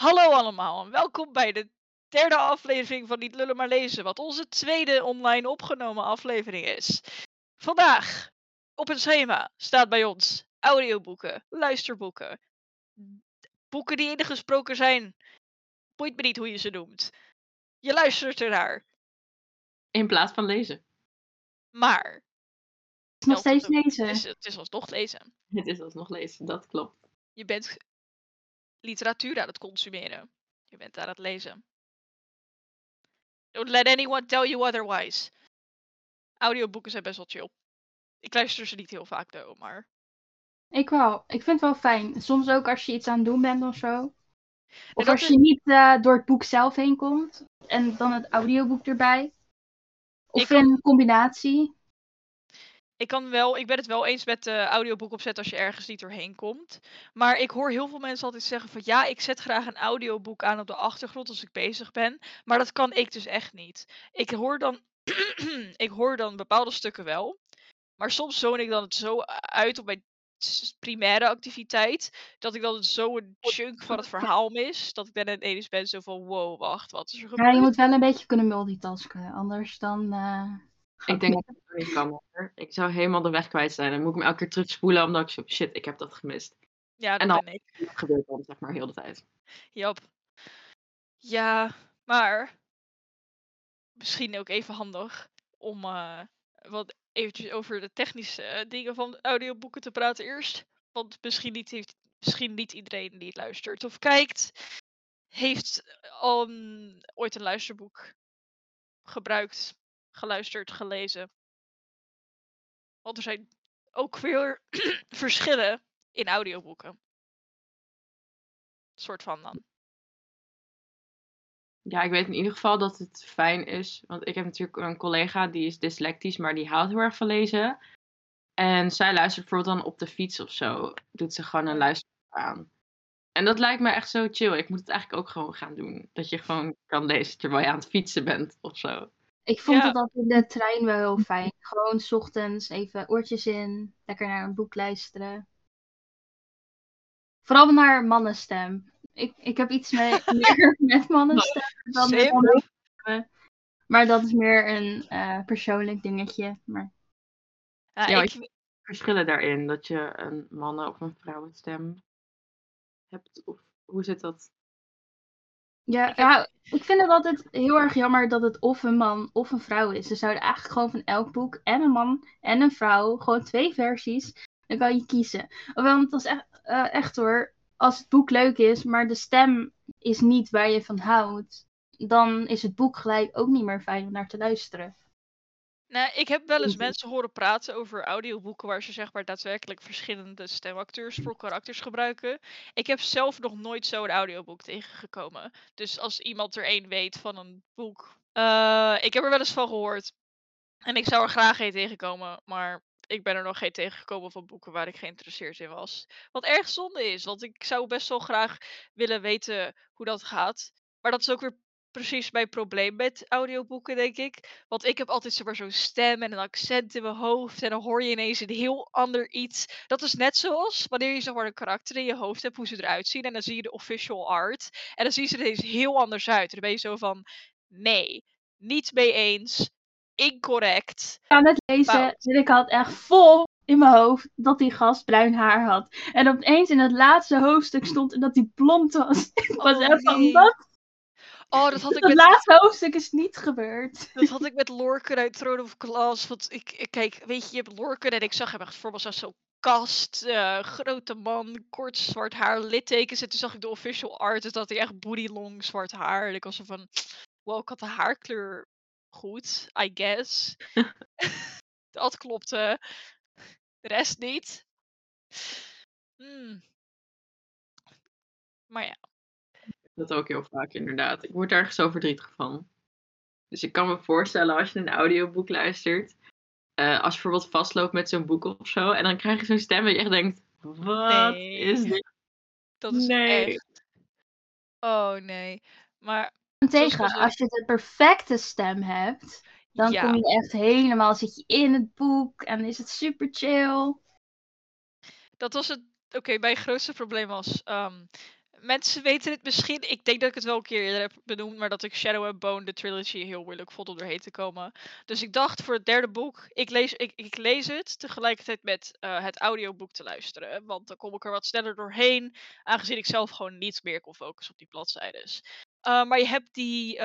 Hallo allemaal en welkom bij de derde aflevering van Niet Lullen Maar Lezen, wat onze tweede online opgenomen aflevering is. Vandaag op het schema staat bij ons audioboeken, luisterboeken, boeken die ingesproken zijn. Boeit me niet hoe je ze noemt. Je luistert ernaar, In plaats van lezen. maar Het is nog steeds het lezen. het is alsnog lezen. Het is alsnog lezen, dat klopt. Je bent literatuur aan het consumeren. Je bent aan het lezen. Don't let anyone tell you otherwise. Audioboeken zijn best wel chill. Ik luister ze niet heel vaak though, maar... Ik wel. Ik vind het wel fijn. Soms ook als je iets aan het doen bent of zo. Of dat als is- je niet door het boek zelf heen komt. En dan het audioboek erbij. Of Ik kan- in combinatie. Ik ben het wel eens met de audioboek opzetten als je ergens niet doorheen komt. Maar ik hoor heel veel mensen altijd zeggen van ja, ik zet graag een audioboek aan op de achtergrond als ik bezig ben. Maar dat kan ik dus echt niet. Ik hoor dan bepaalde stukken wel. Maar soms zoon ik dan het zo uit op mijn primaire activiteit. Dat ik dan zo een chunk van het verhaal mis. Dat ik dan ineens ben zo van wow, wacht, wat is er Ja, gebeurd? je moet wel een beetje kunnen multitasken. Anders dan... Ik denk dat het niet kan hoor. Ik zou helemaal de weg kwijt zijn. Dan moet ik me elke keer terugspoelen omdat ik zo, shit, ik heb dat gemist. Ja, En dat dan ben ik. dat gebeurt dan zeg maar heel de tijd. Jap. Ja, maar misschien ook even handig om wat eventjes over de technische dingen van audioboeken te praten eerst. Want misschien niet iedereen die het luistert of kijkt, heeft al ooit een luisterboek gebruikt, geluisterd, gelezen. Want er zijn ook weer verschillen in audioboeken. Soort van dan. Ja, ik weet in ieder geval dat het fijn is. Want ik heb natuurlijk een collega die is dyslectisch, maar die houdt heel erg van lezen. En zij luistert bijvoorbeeld dan op de fiets of zo. Doet ze gewoon een luisterboek aan. En dat lijkt me echt zo chill. Ik moet het eigenlijk ook gewoon gaan doen. Dat je gewoon kan lezen terwijl je aan het fietsen bent of zo. Ik vond Ja. het altijd in de trein wel heel fijn. Gewoon 's ochtends even oortjes in. Lekker naar een boek luisteren. Vooral naar mannenstem. Ik heb iets meer met mannenstem dan met Same. andere stemmen. Maar dat is meer een persoonlijk dingetje. Maar Ja, Ja, ik, verschillen daarin. Dat je een mannen- of een vrouwenstem hebt. Of hoe zit dat? ja, ik vind het altijd heel erg jammer dat het of een man of een vrouw is. Ze zouden eigenlijk gewoon van elk boek en een man en een vrouw, gewoon 2 versies, dan kan je kiezen. Want dat is echt hoor, als het boek leuk is, maar de stem is niet waar je van houdt, dan is het boek gelijk ook niet meer fijn om naar te luisteren. Nou, ik heb wel eens mensen horen praten over audioboeken waar ze zeg maar daadwerkelijk verschillende stemacteurs voor karakters gebruiken. Ik heb zelf nog nooit zo'n audioboek tegengekomen. Dus als iemand er één weet van een boek. Ik heb er wel eens van gehoord. En ik zou er graag een tegenkomen. Maar ik ben er nog geen tegengekomen van boeken waar ik geïnteresseerd in was. Wat erg zonde is, want ik zou best wel graag willen weten hoe dat gaat. Maar dat is ook weer precies mijn probleem met audioboeken, denk ik. Want ik heb altijd zomaar zo'n stem en een accent in mijn hoofd. En dan hoor je ineens een heel ander iets. Dat is net zoals wanneer je zomaar een karakter in je hoofd hebt, hoe ze eruit zien. En dan zie je de official art. En dan zien ze er ineens heel anders uit. En dan ben je zo van, nee, niet mee eens. Incorrect. Ik aan het lezen en ik had echt vol in mijn hoofd dat die gast bruin haar had. En opeens in het laatste hoofdstuk stond dat hij blond was. Ik was echt van, wat? Oh, dat had ik Het laatste hoofdstuk is niet gebeurd. Dat had ik met Lorcan uit Throne of Glass. Want kijk, weet je hebt Lorcan en ik zag hem echt bijvoorbeeld als zo'n kast, grote man, kort zwart haar, littekens. En toen zag ik de official art, dus dat hij echt booty long zwart haar. En ik was zo van, wow, ik had de haarkleur goed, I guess. Dat klopte. De rest niet. Maar ja. Dat ook heel vaak inderdaad. Ik word ergens zo verdrietig van. Dus ik kan me voorstellen als je een audioboek luistert. Als je bijvoorbeeld vastloopt met zo'n boek of zo. En dan krijg je zo'n stem dat je echt denkt. Wat is dit? Dat is echt. Oh nee. Maar als je de perfecte stem hebt, dan kom je echt helemaal, zit je in het boek en is het super chill. Dat was het. Oké, mijn grootste probleem was mensen weten het misschien. Ik denk dat ik het wel een keer eerder heb benoemd, maar dat ik Shadow and Bone, de trilogy, heel moeilijk vond om doorheen te komen. Dus ik dacht voor het derde boek, ik lees het tegelijkertijd met het audioboek te luisteren. Want dan kom ik er wat sneller doorheen, aangezien ik zelf gewoon niet meer kon focussen op die bladzijdes. Maar je hebt die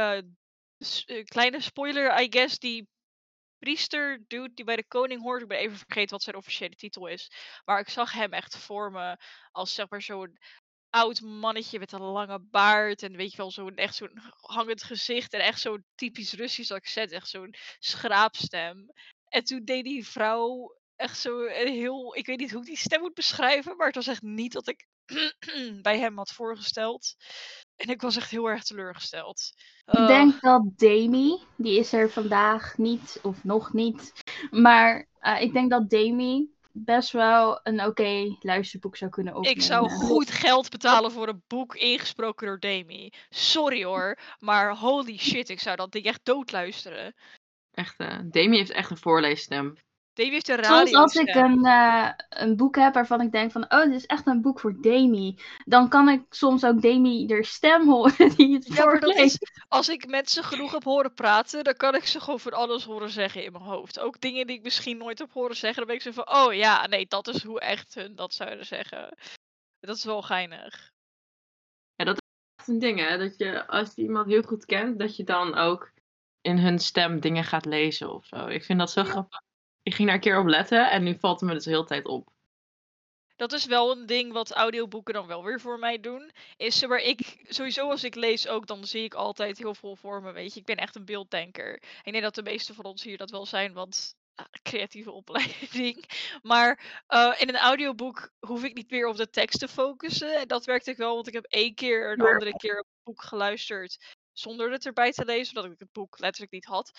kleine spoiler, I guess, die priester dude die bij de koning hoort. Ik ben even vergeten wat zijn officiële titel is. Maar ik zag hem echt voor me als zeg maar zo'n oud mannetje met een lange baard. En weet je wel, echt zo'n hangend gezicht. En echt zo'n typisch Russisch accent. Echt zo'n schraapstem. En toen deed die vrouw echt zo een heel... Ik weet niet hoe ik die stem moet beschrijven. Maar het was echt niet wat ik bij hem had voorgesteld. En ik was echt heel erg teleurgesteld. Ik denk dat Demi, die is er vandaag niet, of nog niet. Maar ik denk dat Demi best wel een oké luisterboek zou kunnen opnemen. Ik zou goed geld betalen voor een boek ingesproken door Demi. Sorry hoor, maar holy shit, ik zou dat ding echt doodluisteren. Echt, Demi heeft echt een voorleesstem. Demi heeft een Soms als ik radiostem. een boek heb waarvan ik denk van, oh, dit is echt een boek voor Demi. Dan kan ik soms ook Demi haar stem horen die het Ja, maar dat voorleest. is, als ik mensen genoeg heb horen praten, dan kan ik ze gewoon van alles horen zeggen in mijn hoofd. Ook dingen die ik misschien nooit heb horen zeggen, dan ben ik zo van, oh ja, nee, dat is hoe echt hun dat zouden zeggen. Dat is wel geinig. Ja, dat is echt een ding, hè. Dat je, als je iemand heel goed kent, dat je dan ook in hun stem dingen gaat lezen of zo. Ik vind dat zo grappig. Ik ging daar een keer op letten en nu valt het me dus de hele tijd op. Dat is wel een ding wat audioboeken dan wel weer voor mij doen. Is maar ik, sowieso als ik lees ook, dan zie ik altijd heel veel voor me, weet je. Ik ben echt een beelddenker. Ik denk dat de meeste van ons hier dat wel zijn, want creatieve opleiding. Maar in een audioboek hoef ik niet meer op de tekst te focussen. En dat werkte ik wel, want ik heb één keer een andere keer een boek geluisterd zonder het erbij te lezen, zodat ik het boek letterlijk niet had.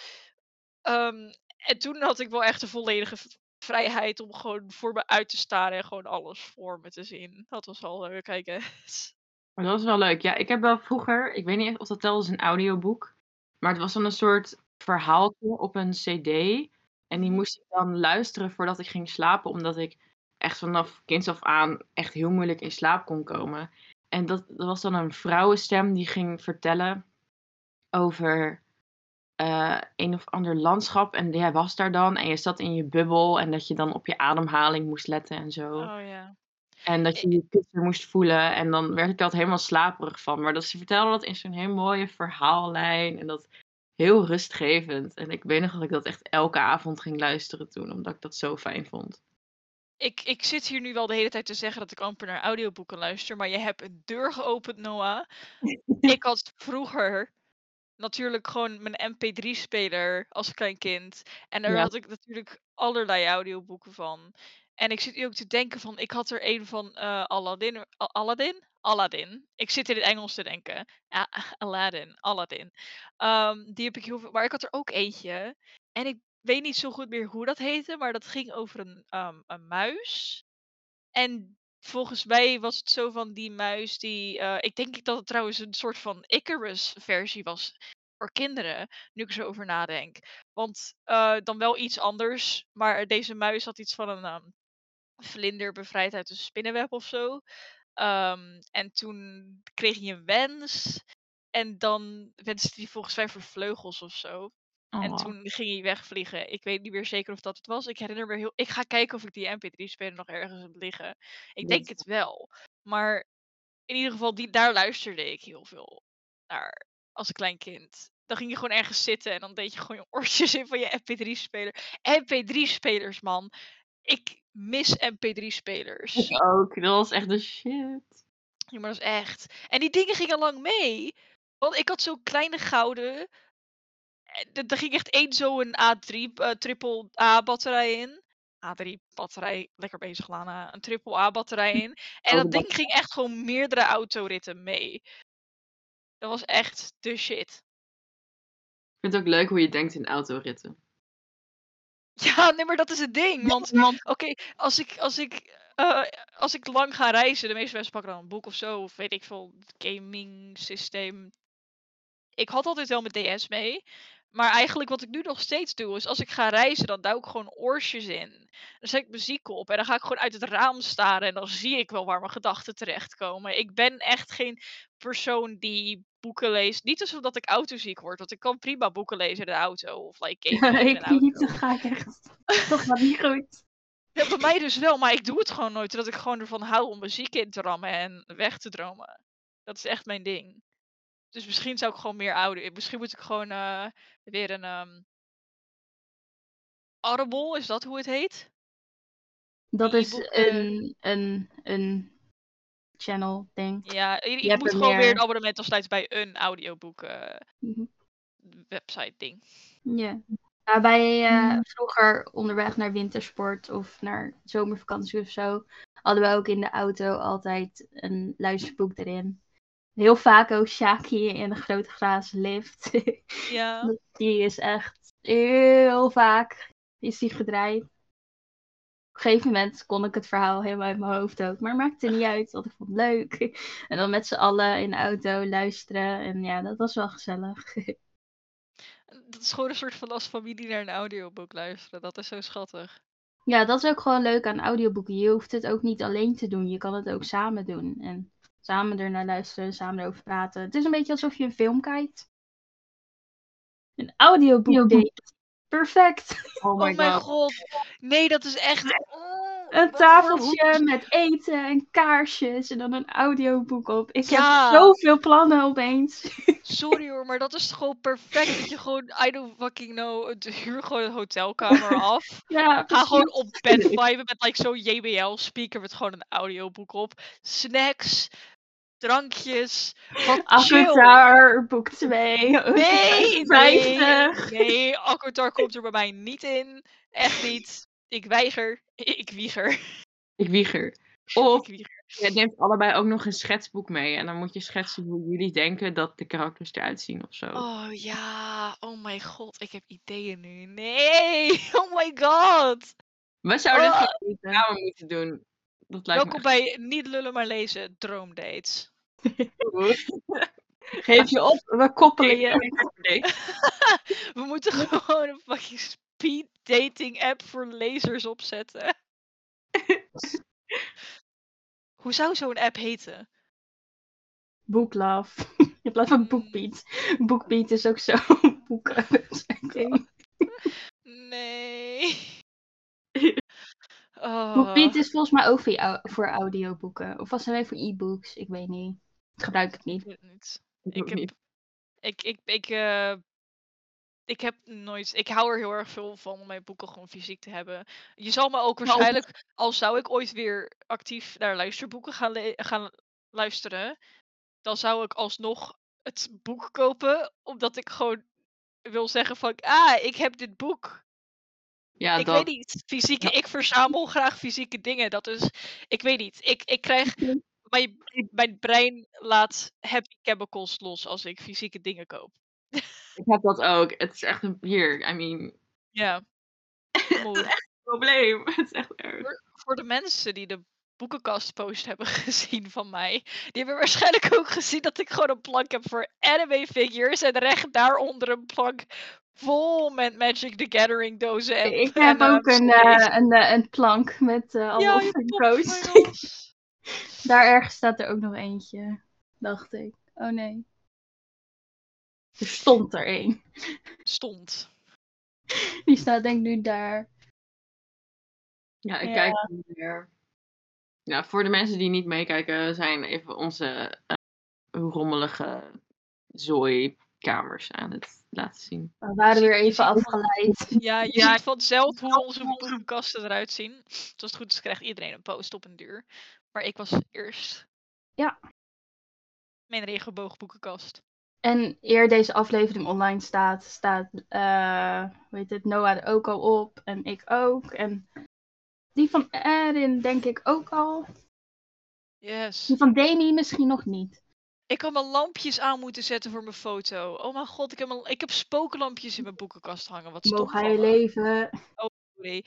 En toen had ik wel echt de volledige vrijheid om gewoon voor me uit te staren en gewoon alles voor me te zien. Dat was wel leuk, I guess. Maar dat is wel leuk. Ja, ik heb wel vroeger, ik weet niet of dat telt als een audioboek, maar het was dan een soort verhaaltje op een CD. En die moest ik dan luisteren voordat ik ging slapen, omdat ik echt vanaf kinds af aan echt heel moeilijk in slaap kon komen. En dat was dan een vrouwenstem die ging vertellen over een of ander landschap. En jij was daar dan en je zat in je bubbel en dat je dan op je ademhaling moest letten en zo. Oh ja. En dat je je kussen moest voelen. En dan werd ik altijd helemaal slaperig van. Maar dat ze vertelde dat in zo'n heel mooie verhaallijn. En dat heel rustgevend. En ik weet nog dat ik dat echt elke avond ging luisteren toen. Omdat ik dat zo fijn vond. Ik zit hier nu wel de hele tijd te zeggen dat ik amper naar audioboeken luister, maar je hebt een deur geopend, Noah. Ik had vroeger natuurlijk gewoon mijn MP3-speler als klein kind. En daar Ja. had ik natuurlijk allerlei audioboeken van. En ik zit nu ook te denken van, ik had er een van Aladdin. Aladdin? Aladdin. Ik zit in het Engels te denken. Ja, Aladdin. Die heb ik heel veel. Maar ik had er ook eentje. En ik weet niet zo goed meer hoe dat heette, maar dat ging over een muis. En volgens mij was het zo van die muis die. Ik denk dat het trouwens een soort van Icarus-versie was voor kinderen, nu ik er zo over nadenk. Want dan wel iets anders, maar deze muis had iets van een vlinder bevrijd uit een spinnenweb of zo. En toen kreeg hij een wens. En dan wenste hij volgens mij voor vleugels of zo. En Oh. toen ging hij wegvliegen. Ik weet niet meer zeker of dat het was. Ik herinner me heel. Ik ga kijken of ik die MP3-speler nog ergens heb liggen. Ik denk het wel. Maar in ieder geval, daar luisterde ik heel veel naar als klein kind. Dan ging je gewoon ergens zitten en dan deed je gewoon je oortjes in van je MP3-speler. MP3-spelers, man. Ik mis MP3-spelers. Ik ook. Dat was echt de shit. Ja, maar dat is echt. En die dingen gingen lang mee. Want ik had zo'n kleine gouden. Er ging echt één zo'n A3 triple A batterij in. A3 batterij, lekker bezig Lana. Een triple A batterij in. En dat ding ging echt gewoon meerdere autoritten mee. Dat was echt de shit. Ik vind het ook leuk hoe je denkt in autoritten. Ja, nee, maar dat is het ding. Want oké, als ik lang ga reizen, de meeste mensen pakken dan een boek of zo, of weet ik veel, gaming systeem. Ik had altijd wel mijn DS mee. Maar eigenlijk wat ik nu nog steeds doe, is als ik ga reizen, dan duw ik gewoon oortjes in. Dan zet ik muziek op en dan ga ik gewoon uit het raam staren en dan zie ik wel waar mijn gedachten terechtkomen. Ik ben echt geen persoon die boeken leest. Niet alsof dat ik autoziek word, want ik kan prima boeken lezen in de auto of like games spelen in Ik de auto. niet, dat ga ik echt. Dat gaat niet goed. Ja, bij mij dus wel, maar ik doe het gewoon nooit, omdat ik gewoon ervan hou om muziek in te rammen en weg te dromen. Dat is echt mijn ding. Dus misschien zou ik gewoon meer audio. Misschien moet ik gewoon weer een Audible, is dat hoe het heet? Dat Die is e-boeken. een channel ding. Ja, Je ik hebt moet er gewoon weer een meer. abonnement afsluiten bij een audioboek Mhm. website ding. Ja. Ja, wij vroeger onderweg naar wintersport of naar zomervakantie of zo, hadden we ook in de auto altijd een luisterboek erin. Heel vaak ook Shaki in een grote glazen lift. Ja. Die is echt heel vaak is die gedraaid. Op een gegeven moment kon ik het verhaal helemaal uit mijn hoofd ook. Maar maakte niet uit, want ik vond het leuk. En dan met z'n allen in de auto luisteren. En ja, dat was wel gezellig. Dat is gewoon een soort van als familie naar een audioboek luisteren. Dat is zo schattig. Ja, dat is ook gewoon leuk aan audioboeken. Je hoeft het ook niet alleen te doen. Je kan het ook samen doen. En samen ernaar luisteren, samen erover praten. Het is een beetje alsof je een film kijkt. Een audioboek date. Perfect. Oh my Oh mijn god. god. Nee, dat is echt... Een tafeltje met eten en kaarsjes en dan een audioboek op. Ik heb zoveel plannen opeens. Sorry hoor, maar dat is gewoon perfect dat je gewoon, I don't fucking know, huur gewoon een hotelkamer af. Ja, Ga gewoon op bed viben met like zo'n JBL speaker met gewoon een audioboek op. Snacks, drankjes, wat chill. Avatar, boek 2. Nee, 50. nee, Avatar komt er bij mij niet in. Echt niet. Ik weiger. Ik wieger. Ik wieger. Of Ik wieger. je neemt allebei ook nog een schetsboek mee. En dan moet je schetsen hoe jullie denken dat de karakters eruit zien of zo. Oh ja, oh mijn god, ik heb ideeën nu. Nee, oh my god. We zouden het samen moeten doen. Dat lijkt Welkom me bij Niet Lullen Maar Lezen, Droomdates. goed. Geef je op, we koppelen je. We moeten gewoon een fucking speed dating app voor lezers opzetten. Hoe zou zo'n app heten? Boeklove. In plaats van Bookbeat. Bookbeat is ook zo'n boeken. Nee. Oh. Bookbeat is volgens mij ook voor audioboeken. Of was het alleen voor e-books? Ik weet niet. Dat gebruik ik niet. Ik weet het niet. Ik heb nooit. Ik hou er heel erg veel van om mijn boeken gewoon fysiek te hebben. Je zal me ook waarschijnlijk, al zou ik ooit weer actief naar luisterboeken gaan luisteren, dan zou ik alsnog het boek kopen, omdat ik gewoon wil zeggen van, ik heb dit boek. Ja, Ik weet niet. Ik verzamel graag fysieke dingen. Dat is, ik weet niet. Ik krijg, mijn brein laat happy chemicals los als ik fysieke dingen koop. Ik heb dat ook. Het is echt I mean... Ja. Mooi. Het is echt een probleem. Het is echt erg. Voor de mensen die de boekenkastpost hebben gezien van mij, die hebben waarschijnlijk ook gezien dat ik gewoon een plank heb voor anime figures en recht daaronder een plank vol met Magic the Gathering dozen. En, ik heb ook een plank met alle Offering. Daar ergens staat er ook nog eentje, dacht ik. Oh nee. Er stond er één. Stond. Die staat denk ik nu daar. Ja, ik kijk weer. Ja, voor de mensen die niet meekijken, zijn even onze rommelige zooikamers aan het laten zien. We waren weer even afgeleid. Ja, je ziet vanzelf hoe onze boekenkasten eruit zien. Als het goed is, krijgt iedereen een post op een duur. Maar ik was eerst. Ja. Mijn regenboogboekenkast. En eer deze aflevering online staat Noah er ook al op. En ik ook. En die van Erin denk ik ook al. Yes. Die van Demi misschien nog niet. Ik had mijn lampjes aan moeten zetten voor mijn foto. Oh mijn god, ik heb spooklampjes in mijn boekenkast hangen. Wat stom Mogen van hij me. leven. Oh, sorry.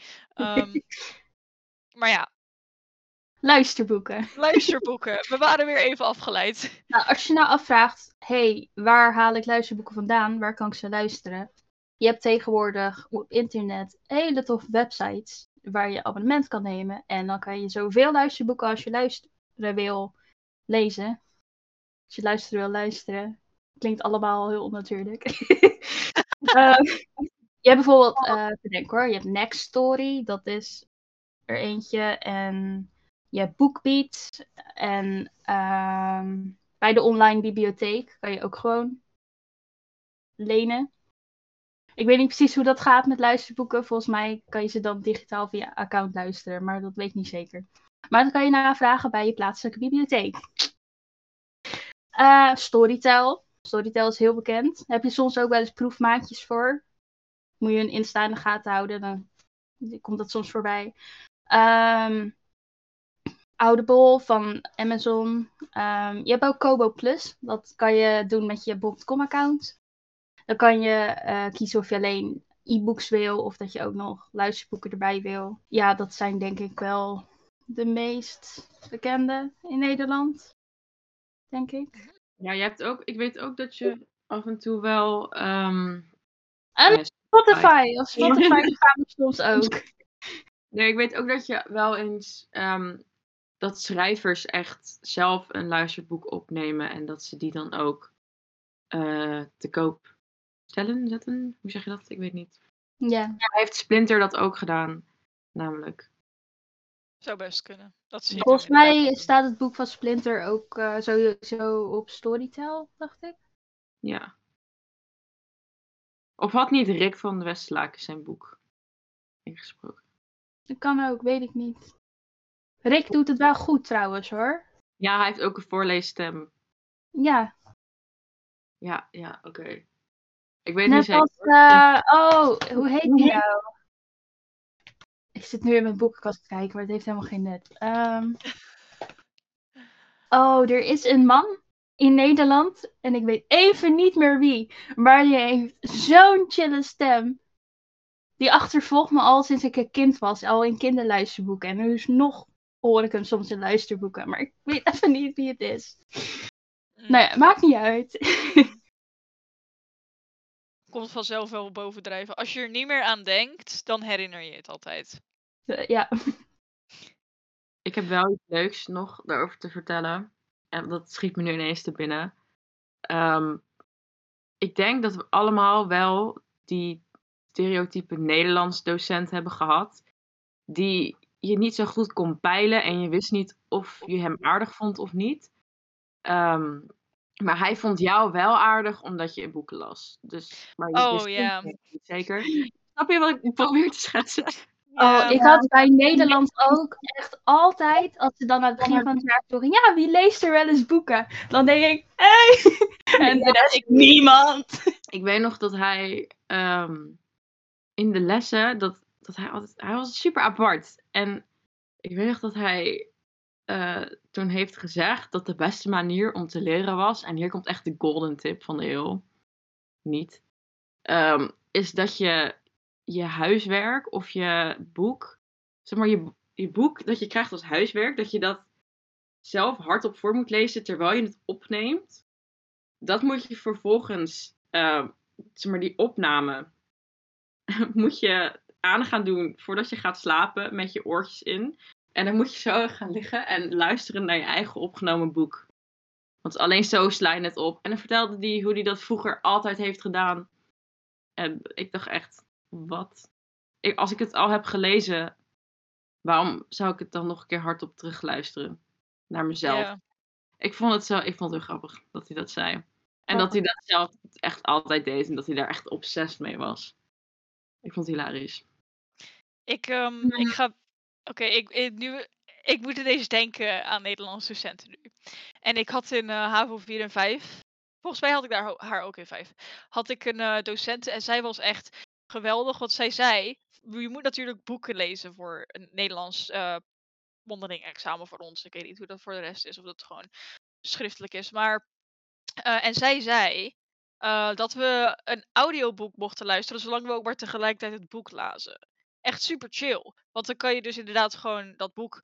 Maar ja. Luisterboeken. We waren weer even afgeleid. Nou, als je nou afvraagt, waar haal ik luisterboeken vandaan? Waar kan ik ze luisteren? je hebt tegenwoordig op internet hele toffe websites waar je abonnement kan nemen. En dan kan je zoveel luisterboeken als je luisteren wil lezen. Als je luisteren wil luisteren. Klinkt allemaal heel onnatuurlijk. Je hebt bijvoorbeeld, even denken hoor, je hebt Nextory, dat is er eentje. En je hebt BookBeat. En bij de online bibliotheek kan je ook gewoon lenen. Ik weet niet precies hoe dat gaat met luisterboeken. Volgens mij kan je ze dan digitaal via account luisteren, maar dat weet ik niet zeker. Maar dat kan je navragen bij je plaatselijke bibliotheek. Storytel. Storytel is heel bekend. Daar heb je soms ook wel eens proefmaatjes voor. Moet je een Insta in de gaten houden, dan komt dat soms voorbij. Audible van Amazon. Je hebt ook Kobo Plus. Dat kan je doen met je bol.com account. Dan kan je kiezen of je alleen e-books wil of dat je ook nog luisterboeken erbij wil. Ja, dat zijn denk ik wel de meest bekende in Nederland. Denk ik. Ja, je hebt ook, ik weet ook dat je af en toe wel. En ja, Spotify. Of Spotify gaan we soms ook. Nee, ik weet ook dat je wel eens dat schrijvers echt zelf een luisterboek opnemen en dat ze die dan ook te koop zetten. Hoe zeg je dat? Ik weet niet. Ja. Heeft Splinter dat ook gedaan, namelijk. Zou best kunnen. Dat zie ik Volgens hem inderdaad. mij staat het boek van Splinter ook sowieso op Storytel, dacht ik. Ja. Of had niet Rick van de Westerlaken zijn boek ingesproken? Dat kan ook, weet ik niet. Rick doet het wel goed trouwens hoor. Ja, hij heeft ook een voorleesstem. Ja. Ja, oké. Ik weet Net niet zeker. als, hoe heet die nou? Ik zit nu in mijn boekenkast te kijken, maar het heeft helemaal geen nut. Er is een man in Nederland, en ik weet even niet meer wie, maar die heeft zo'n chille stem. Die achtervolgt me al sinds ik een kind was, al in kinderluisterboeken. En nu is nog hoor ik hem soms in luisterboeken, maar ik weet even niet wie het is. Nou ja, maakt niet uit. Komt vanzelf wel bovendrijven. Als je er niet meer aan denkt, dan herinner je het altijd. Ja. Ik heb wel iets leuks nog daarover te vertellen. En dat schiet me nu ineens te binnen. Ik denk dat we allemaal wel die stereotype Nederlands docent hebben gehad. Die je niet zo goed kon peilen en je wist niet of je hem aardig vond of niet. Maar hij vond jou wel aardig omdat je boeken las. Dus, maar je wist ja. het niet zeker. Snap je wat ik probeer te schetsen? Ja, Ik had bij Nederland ook echt altijd, als ze dan aan het begin van het jaar vroegen, ja, wie leest er wel eens boeken? Dan denk ik, hey! En de rest, niemand. Ik weet nog dat hij in de lessen, dat hij altijd, hij was super apart. En ik weet nog dat hij toen heeft gezegd dat de beste manier om te leren was, en hier komt echt de golden tip van de eeuw, niet, is dat je huiswerk of je boek, zeg maar je boek dat je krijgt als huiswerk, dat je dat zelf hardop voor moet lezen terwijl je het opneemt. Dat moet je vervolgens, zeg maar die opname, moet je aan gaan doen voordat je gaat slapen met je oortjes in. En dan moet je zo gaan liggen en luisteren naar je eigen opgenomen boek. Want alleen zo sla je het op. En dan vertelde hij hoe hij dat vroeger altijd heeft gedaan. En ik dacht echt, wat? Als ik het al heb gelezen, waarom zou ik het dan nog een keer hardop terugluisteren? Naar mezelf. Ja. Ik vond het heel grappig dat hij dat zei. En dat hij dat zelf echt altijd deed. En dat hij daar echt obsessed mee was. Ik vond het hilarisch. Ik ga... Oké, ik moet ineens denken aan Nederlandse docenten nu. En ik had in HAVO 4 en 5... Volgens mij had ik daar haar ook in 5. Had ik een docent en zij was echt geweldig. Wat zij zei, je moet natuurlijk boeken lezen voor een Nederlands mondeling examen voor ons. Ik weet niet hoe dat voor de rest is, of dat gewoon schriftelijk is. Maar, en zij zei dat we een audioboek mochten luisteren, zolang we ook maar tegelijkertijd het boek lazen. Echt super chill. Want dan kan je dus inderdaad gewoon dat boek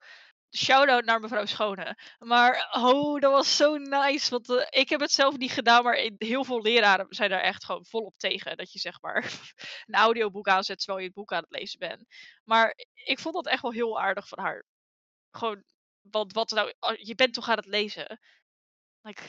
shout-out naar mevrouw Schone. Maar dat was zo nice. Want ik heb het zelf niet gedaan, maar heel veel leraren zijn daar echt gewoon volop tegen. Dat je zeg maar een audioboek aanzet terwijl je het boek aan het lezen bent. Maar ik vond dat echt wel heel aardig van haar. Gewoon, want wat nou, je bent toch aan het lezen? Like,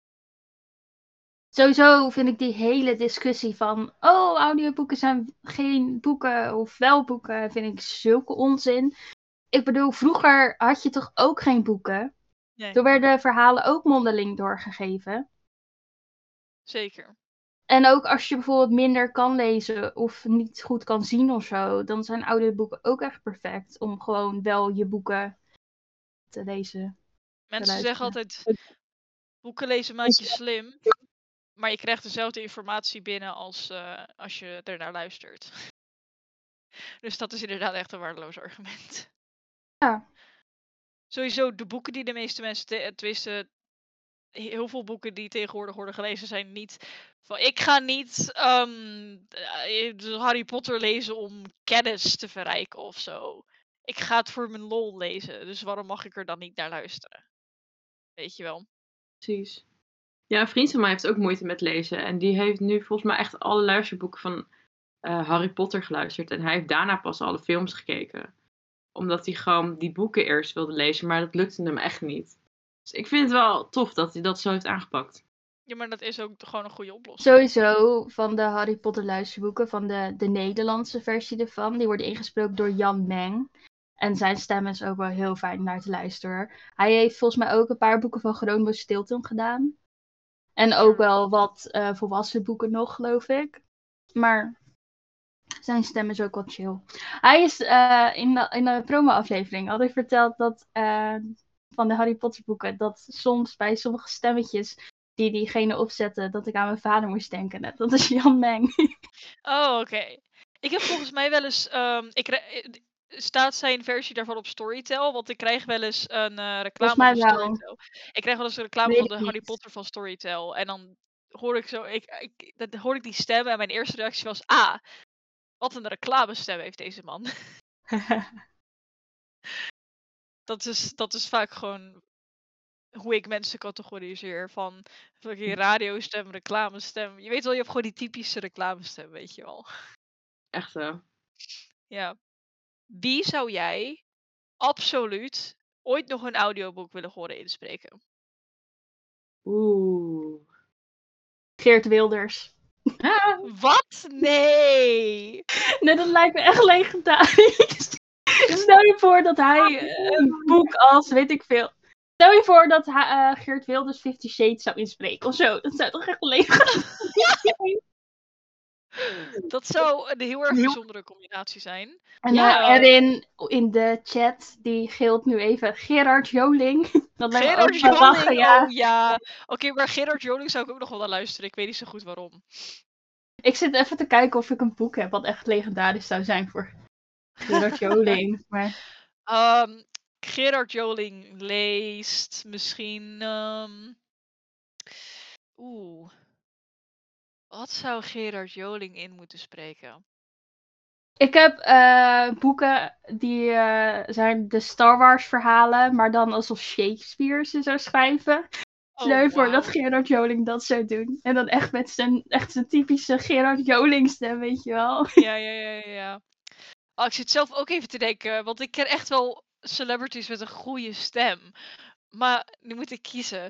Sowieso vind ik die hele discussie van, audioboeken zijn geen boeken of wel boeken, vind ik zulke onzin. Ik bedoel, vroeger had je toch ook geen boeken? nee, Toen werden verhalen ook mondeling doorgegeven. zeker. En ook als je bijvoorbeeld minder kan lezen of niet goed kan zien of zo, dan zijn audioboeken ook echt perfect om gewoon wel je boeken te lezen. Mensen zeggen altijd, boeken lezen maakt je slim. Maar je krijgt dezelfde informatie binnen als je ernaar luistert. Dus dat is inderdaad echt een waardeloos argument. Ja. Sowieso, de boeken die de meeste mensen, tenminste, heel veel boeken die tegenwoordig worden gelezen zijn niet van, ik ga niet Harry Potter lezen om kennis te verrijken of zo. Ik ga het voor mijn lol lezen, dus waarom mag ik er dan niet naar luisteren? Weet je wel. Precies. Ja, een vriend van mij heeft ook moeite met lezen. En die heeft nu volgens mij echt alle luisterboeken van Harry Potter geluisterd. En hij heeft daarna pas alle films gekeken. Omdat hij gewoon die boeken eerst wilde lezen. Maar dat lukte hem echt niet. Dus ik vind het wel tof dat hij dat zo heeft aangepakt. Ja, maar dat is ook gewoon een goede oplossing. Sowieso van de Harry Potter luisterboeken, van de Nederlandse versie ervan. Die worden ingesproken door Jan Meng. En zijn stem is ook wel heel fijn naar te luisteren. Hij heeft volgens mij ook een paar boeken van Groenbo Stilton gedaan. En ook wel wat volwassen boeken nog, geloof ik. Maar zijn stem is ook wel chill. Hij is in de promo-aflevering had hij verteld dat van de Harry Potter boeken, dat soms bij sommige stemmetjes die diegene opzetten, dat ik aan mijn vader moest denken. Net. Dat is Jan Meng. Oh, oké. Ik heb volgens mij wel eens. Staat zijn versie daarvan op Storytel? Want ik krijg wel eens een reclame mij van wel. Storytel. Ik krijg wel eens een reclame Weet van ik de niet. Harry Potter van Storytel. En dan hoor ik zo. Dan hoor ik die stem. En mijn eerste reactie was: ah, wat een reclamestem heeft deze man. Dat is vaak gewoon hoe ik mensen categoriseer. Van fucking radiostem, reclamestem. Je weet wel, je hebt gewoon die typische reclamestem, weet je wel. Echt zo. Ja. Wie zou jij absoluut ooit nog een audioboek willen horen inspreken? Oeh. Geert Wilders. Wat? Nee! Nee, dat lijkt me echt legendarisch. Stel je voor dat hij een boek als, weet ik veel. Stel je voor dat Geert Wilders 50 Shades zou inspreken of zo. Dat zou toch echt legendarisch zijn? Dat zou een heel erg bijzondere combinatie zijn. En Ja. erin in de chat, die gilt nu even Gerard Joling. Dat lijkt me Gerard ook wel Joling, lachen, ja. oh ja. Oké, maar Gerard Joling zou ik ook nog wel naar luisteren. Ik weet niet zo goed waarom. Ik zit even te kijken of ik een boek heb wat echt legendarisch zou zijn voor Gerard Joling. Maar Gerard Joling leest misschien. Wat zou Gerard Joling in moeten spreken? ik heb boeken die zijn de Star Wars verhalen, maar dan alsof Shakespeare ze zou schrijven. Stel je voor dat Gerard Joling dat zou doen. En dan echt met zijn typische Gerard Joling stem, weet je wel. Ja. Oh, ik zit zelf ook even te denken, want ik ken echt wel celebrities met een goede stem. Maar nu moet ik kiezen.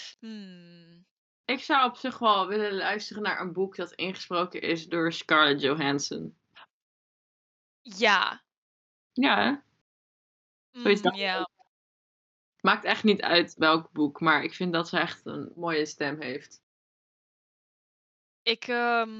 Ik zou op zich wel willen luisteren naar een boek dat ingesproken is door Scarlett Johansson. Ja. Ja, hè? Ja. Maakt echt niet uit welk boek, maar ik vind dat ze echt een mooie stem heeft. Ik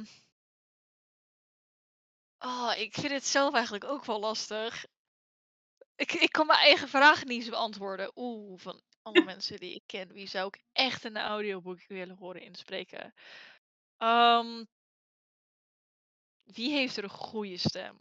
vind het zelf eigenlijk ook wel lastig. Ik kan mijn eigen vragen niet eens beantwoorden. Van alle mensen die ik ken, wie zou ik echt een audioboek willen horen inspreken? Wie heeft er een goede stem?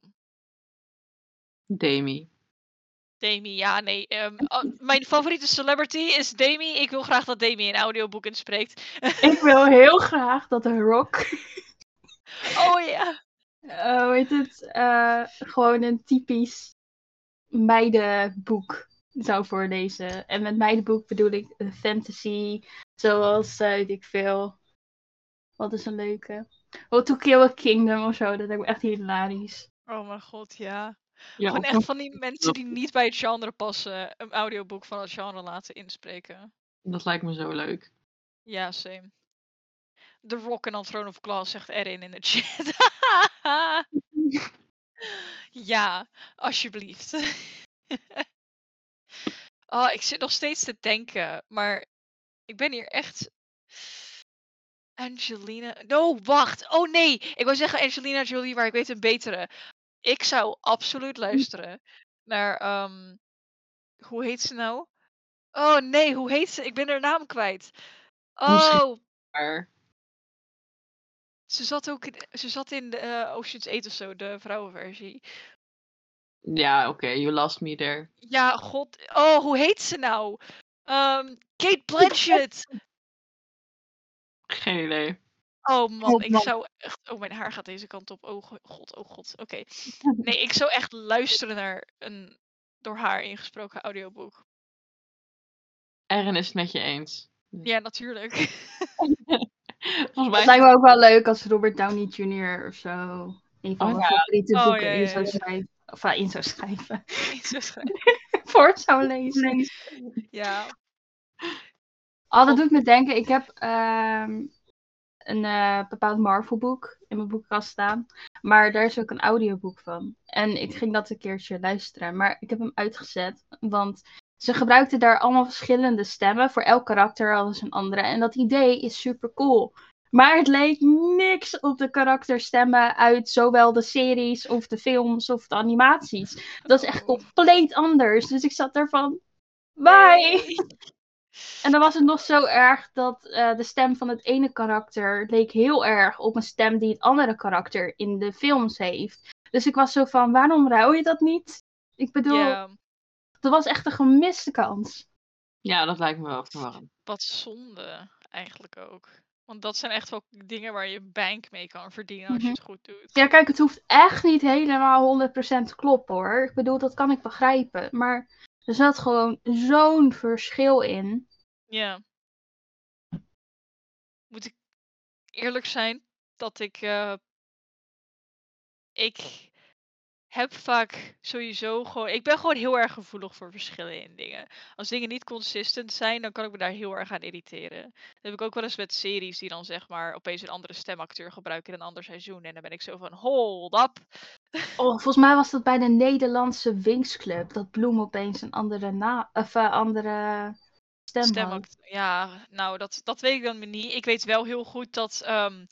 Demi. Demi, ja, nee. Mijn favoriete celebrity is Demi. Ik wil graag dat Demi een audioboek inspreekt. Ik wil heel graag dat de Rock. Oh ja. Hoe heet het? Gewoon een typisch meidenboek zou voorlezen. En met meidenboek bedoel ik fantasy, zoals, weet ik veel. Wat is een leuke? Oh, To Kill a Kingdom of zo, dat lijkt me echt hilarisch. Oh mijn god, ja. Ja, Gewoon of echt van die mensen die niet bij het genre passen, een audioboek van het genre laten inspreken. dat lijkt me zo leuk. Ja, same. The Rock en dan Throne of Glass, zegt Erin in de chat. Ja, alsjeblieft. Oh, ik zit nog steeds te denken, maar ik ben hier echt... Angelina... No, wacht. Oh nee, ik wou zeggen Angelina Jolie, maar ik weet een betere. Ik zou absoluut luisteren naar... hoe heet ze nou? Oh nee, hoe heet ze? Ik ben haar naam kwijt. Misschien Oh, maar. ze zat ook ze zat in de Ocean's 8 of zo, de vrouwenversie. Ja, oké, you lost me there. Ja, god. Oh, hoe heet ze nou? Kate Blanchett. Geen idee. Oh man, ik zou echt... Oh, mijn haar gaat deze kant op. Oh god, oh god. Oké. Nee, ik zou echt luisteren naar een door haar ingesproken audioboek. Erin is het met je eens. Ja, natuurlijk. Volgens Het mij... lijkt me ook wel leuk als Robert Downey Jr. of zo een van Oh, mijn ja. favoriete Oh, boeken ja, in ja, zou ja. schrijven. Of in zou schrijven. Zo schrijf- Voor zou lezen. Ja. Oh, dat God. doet me denken. Ik heb een bepaald Marvel boek in mijn boekenkast staan. Maar daar is ook een audioboek van. En ik ging dat een keertje luisteren. Maar ik heb hem uitgezet. Want ze gebruikten daar allemaal verschillende stemmen. Voor elk karakter hadden ze een andere. En dat idee is super cool. Maar het leek niks op de karakterstemmen uit zowel de series of de films of de animaties. Dat is echt compleet anders. Dus ik zat ervan, bye! Nee. En dan was het nog zo erg dat de stem van het ene karakter leek heel erg op een stem die het andere karakter in de films heeft. Dus ik was zo van, waarom ruil je dat niet? Ik bedoel, Ja, dat was echt een gemiste kans. Ja, dat lijkt me wel verwarrend. wat zonde eigenlijk ook. Want dat zijn echt wel dingen waar je bank mee kan verdienen als je het goed doet. Ja, kijk, het hoeft echt niet helemaal 100% te kloppen hoor. Ik bedoel, dat kan ik begrijpen. Maar er zat gewoon zo'n verschil in. Ja. Moet ik eerlijk zijn dat ik heb vaak sowieso gewoon... Ik ben gewoon heel erg gevoelig voor verschillen in dingen. Als dingen niet consistent zijn, dan kan ik me daar heel erg aan irriteren. Dat heb ik ook wel eens met series die dan zeg maar opeens een andere stemacteur gebruiken in een ander seizoen. En dan ben ik zo van, hold up. Oh, volgens mij was dat bij de Nederlandse Wings Club. Dat Bloem opeens een andere stem had. Ja, nou, dat weet ik dan weer niet. Ik weet wel heel goed dat...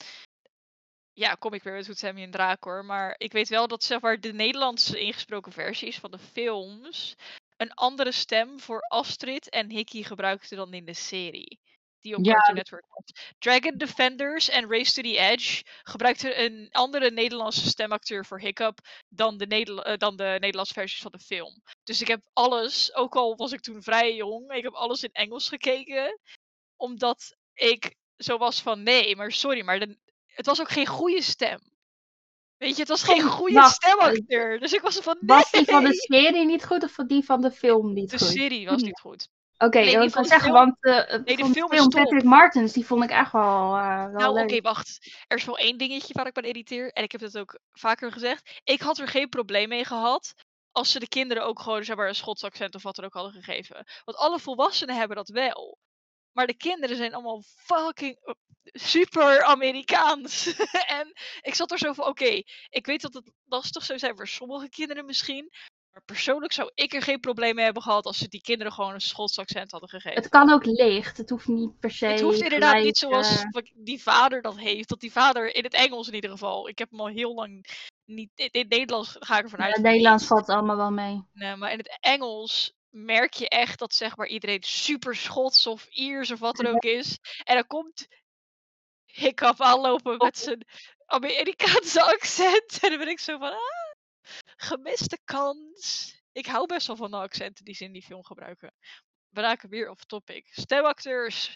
ja, kom ik weer met Sammy en Draak hoor. Maar ik weet wel dat zeg maar de Nederlandse ingesproken versies van de films een andere stem voor Astrid en Hickey gebruikten dan in de serie. Die op Ja. Cartoon Network was. Dragon Defenders en Race to the Edge gebruikten een andere Nederlandse stemacteur voor Hiccup dan de Nederlandse versies van de film. Dus ik heb alles, ook al was ik toen vrij jong, ik heb alles in Engels gekeken. Omdat ik zo was van nee, maar sorry, maar het was ook geen goede stem. Weet je, het was geen goede stemacteur. Dus ik was van nee. Was die van de serie niet goed of die van de film niet De goed? serie was niet goed. Oké, Nee, ik die kan van de zeggen, film- want Nee, de van film de is film top. Patrick Martens, die vond ik echt wel Nou, leuk. oké, wacht. Er is wel één dingetje waar ik me aan irriteer. En ik heb het ook vaker gezegd. Ik had er geen probleem mee gehad als ze de kinderen ook gewoon zeg maar een Schots accent of wat er ook hadden gegeven. Want alle volwassenen hebben dat wel. Maar de kinderen zijn allemaal fucking super Amerikaans. En ik zat er zo van, oké, ik weet dat het lastig zou zijn voor sommige kinderen misschien. Maar persoonlijk zou ik er geen probleem mee hebben gehad als ze die kinderen gewoon een Schots accent hadden gegeven. Het kan ook licht, het hoeft niet per se Het hoeft inderdaad gelijk, niet zoals die vader dat heeft. Dat die vader, in het Engels in ieder geval. Ik heb hem al heel lang niet... In het Nederlands ga ik ervan uit. Het van Nederlands niet. valt allemaal wel mee. Nee, maar in het Engels merk je echt dat zeg maar iedereen super Schots of Iers of wat er ook is. En dan komt Hiccup aanlopen met zijn Amerikaanse accent. En dan ben ik zo van, gemiste kans. Ik hou best wel van de accenten die ze in die film gebruiken. We raken weer off topic. Stemacteurs.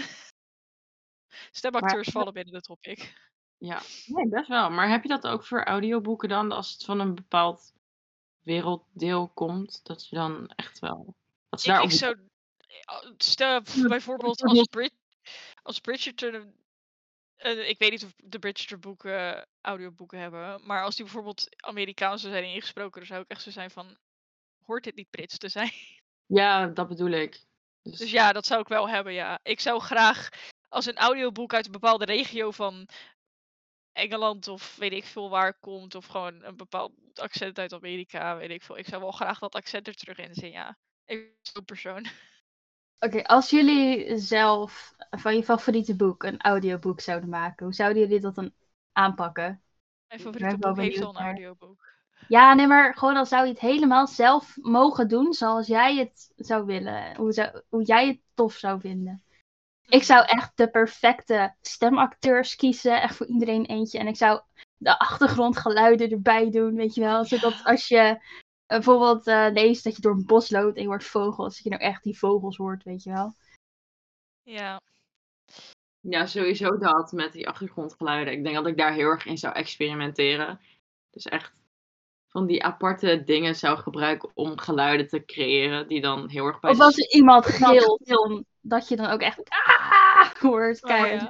Stemacteurs vallen binnen de topic. Ja, nee, best wel. Maar heb je dat ook voor audioboeken dan? Als het van een bepaald werelddeel komt, dat je dan echt wel Dat ze Ik daarop... zou... Stel, bijvoorbeeld als Bridgerton... ik weet niet of de Bridgerton boeken audioboeken hebben. Maar als die bijvoorbeeld Amerikaans zou zijn ingesproken, dan zou ik echt zo zijn van... Hoort dit niet Brits te zijn? Ja, dat bedoel ik. Dus ja, dat zou ik wel hebben, ja. Ik zou graag als een audioboek uit een bepaalde regio van Engeland of weet ik veel waar komt, of gewoon een bepaald accent uit Amerika, weet ik veel. Ik zou wel graag dat accent er terug in zien, ja. Ik ben zo'n persoon. Oké, als jullie zelf van je favoriete boek een audioboek zouden maken, hoe zouden jullie dat dan aanpakken? Mijn ben favoriete wel boek heeft benieuwd al een naar. audioboek. Ja, nee, maar gewoon dan zou je het helemaal zelf mogen doen zoals jij het zou willen. Hoe jij het tof zou vinden. Ik zou echt de perfecte stemacteurs kiezen. Echt voor iedereen eentje. En ik zou de achtergrondgeluiden erbij doen, weet je wel. Zodat als je bijvoorbeeld leest dat je door een bos loopt en je hoort vogels. Dat je nou echt die vogels hoort, weet je wel. Ja. Ja, sowieso dat met die achtergrondgeluiden. Ik denk dat ik daar heel erg in zou experimenteren. Dus echt van die aparte dingen zou gebruiken om geluiden te creëren die dan heel erg bij Of de als er iemand gilt, dat je dan ook echt hoort. Oh, ja. Keihard.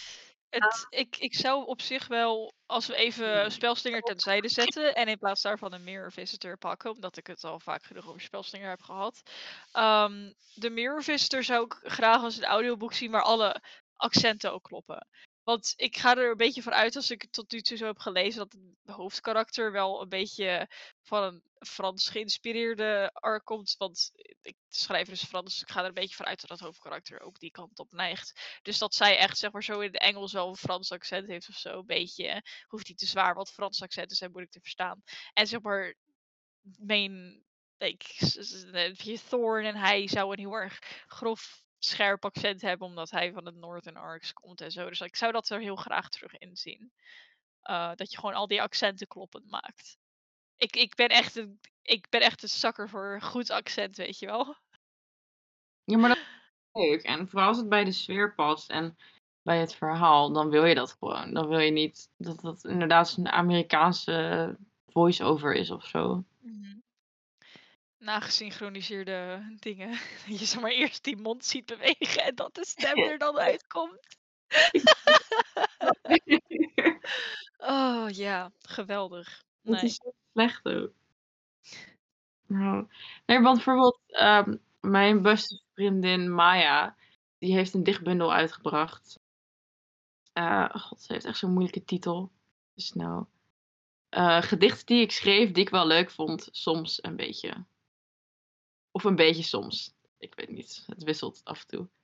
Ik zou op zich wel, als we even Spelslinger terzijde zetten en in plaats daarvan een Mirror Visitor pakken, omdat ik het al vaak genoeg over Spelslinger heb gehad. De Mirror Visitor zou ik graag als een audioboek zien waar alle accenten ook kloppen. Want ik ga er een beetje van uit, als ik het tot nu toe zo heb gelezen, dat het hoofdkarakter wel een beetje van een Frans geïnspireerde arc komt. Want de schrijver is Frans, dus ik ga er een beetje van uit dat het hoofdkarakter ook die kant op neigt. Dus dat zij echt, zeg maar, zo in het Engels wel een Frans accent heeft of zo. Een beetje. Hoeft niet te zwaar, want Frans accenten zijn moeilijk te verstaan. En zeg maar, main. Thorn en hij zou een heel erg grof, scherp accent hebben, omdat hij van het Northern Arcs komt en zo. Dus ik zou dat er heel graag terug in zien. Dat je gewoon al die accenten kloppend maakt. Ik ben echt een zakker voor een goed accent, weet je wel. Ja, maar dat is leuk. En vooral als het bij de sfeer past en bij het verhaal, dan wil je dat gewoon. Dan wil je niet dat dat inderdaad een Amerikaanse voice-over is of zo. Nagesynchroniseerde dingen. Dat je zeg maar eerst die mond ziet bewegen en dat de stem er dan uitkomt. Oh ja, geweldig. Dat Nee. is zo slecht ook. Nou, nee, want bijvoorbeeld mijn beste vriendin Maya, die heeft een dichtbundel uitgebracht. God, ze heeft echt zo'n moeilijke titel. Dus nou, gedichten die ik schreef, die ik wel leuk vond, soms een beetje. Of een beetje soms. Ik weet niet, het wisselt af en toe.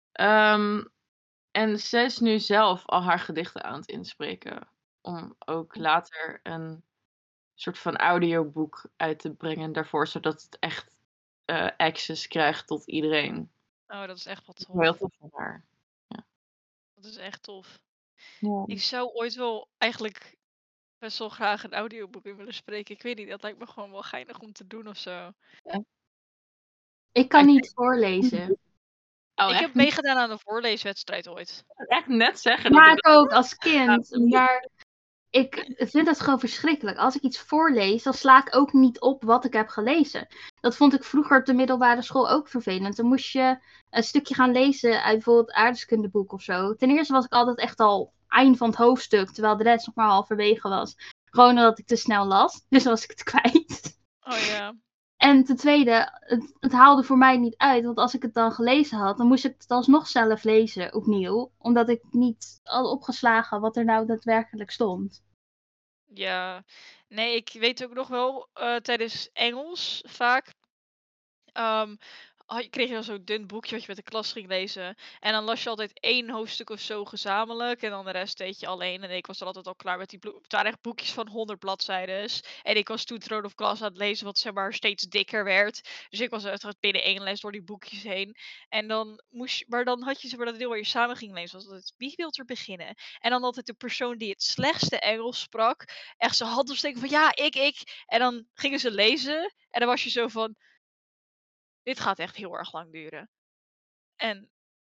En ze is nu zelf al haar gedichten aan het inspreken. Om ook later een soort van audioboek uit te brengen daarvoor, zodat het echt access krijgt tot iedereen. Oh, dat is echt wat Dat is heel tof. tof van haar. Dat is echt tof. Ja. Ik zou ooit wel eigenlijk best wel graag een audioboek in willen spreken. Ik weet niet, dat lijkt me gewoon wel geinig om te doen of zo. Ik kan niet voorlezen. Oh, Ik echt heb meegedaan aan een voorleeswedstrijd ooit. echt net zeggen dat Maar ik ik ook als kind. Ja. Maar ik vind het gewoon verschrikkelijk. Als ik iets voorlees, dan sla ik ook niet op wat ik heb gelezen. Dat vond ik vroeger op de middelbare school ook vervelend. Dan moest je een stukje gaan lezen uit bijvoorbeeld aardrijkskundeboek of zo. Ten eerste was ik altijd echt al eind van het hoofdstuk, terwijl de rest nog maar halverwege was. Gewoon omdat ik te snel las. Dus dan was ik het kwijt. Oh ja. En ten tweede, het haalde voor mij niet uit. Want als ik het dan gelezen had, dan moest ik het alsnog zelf lezen opnieuw. Omdat ik niet had opgeslagen wat er nou daadwerkelijk stond. Ja. Nee, ik weet ook nog wel tijdens Engels vaak. Kreeg je dan zo'n dun boekje wat je met de klas ging lezen. En dan las je altijd 1 hoofdstuk of zo gezamenlijk. En dan de rest deed je alleen. En ik was dan altijd al klaar met die het waren echt boekjes van 100 bladzijden. En ik was toen Throne of Glass aan het lezen, wat zeg maar steeds dikker werd. Dus ik was echt binnen 1 les door die boekjes heen. En dan maar dan had je zeg maar dat deel waar je samen ging lezen. Was altijd, wie wil er beginnen? En dan altijd de persoon die het slechtste Engels sprak. Echt zijn hand opsteken van ja, ik. En dan gingen ze lezen. En dan was je zo van, dit gaat echt heel erg lang duren. En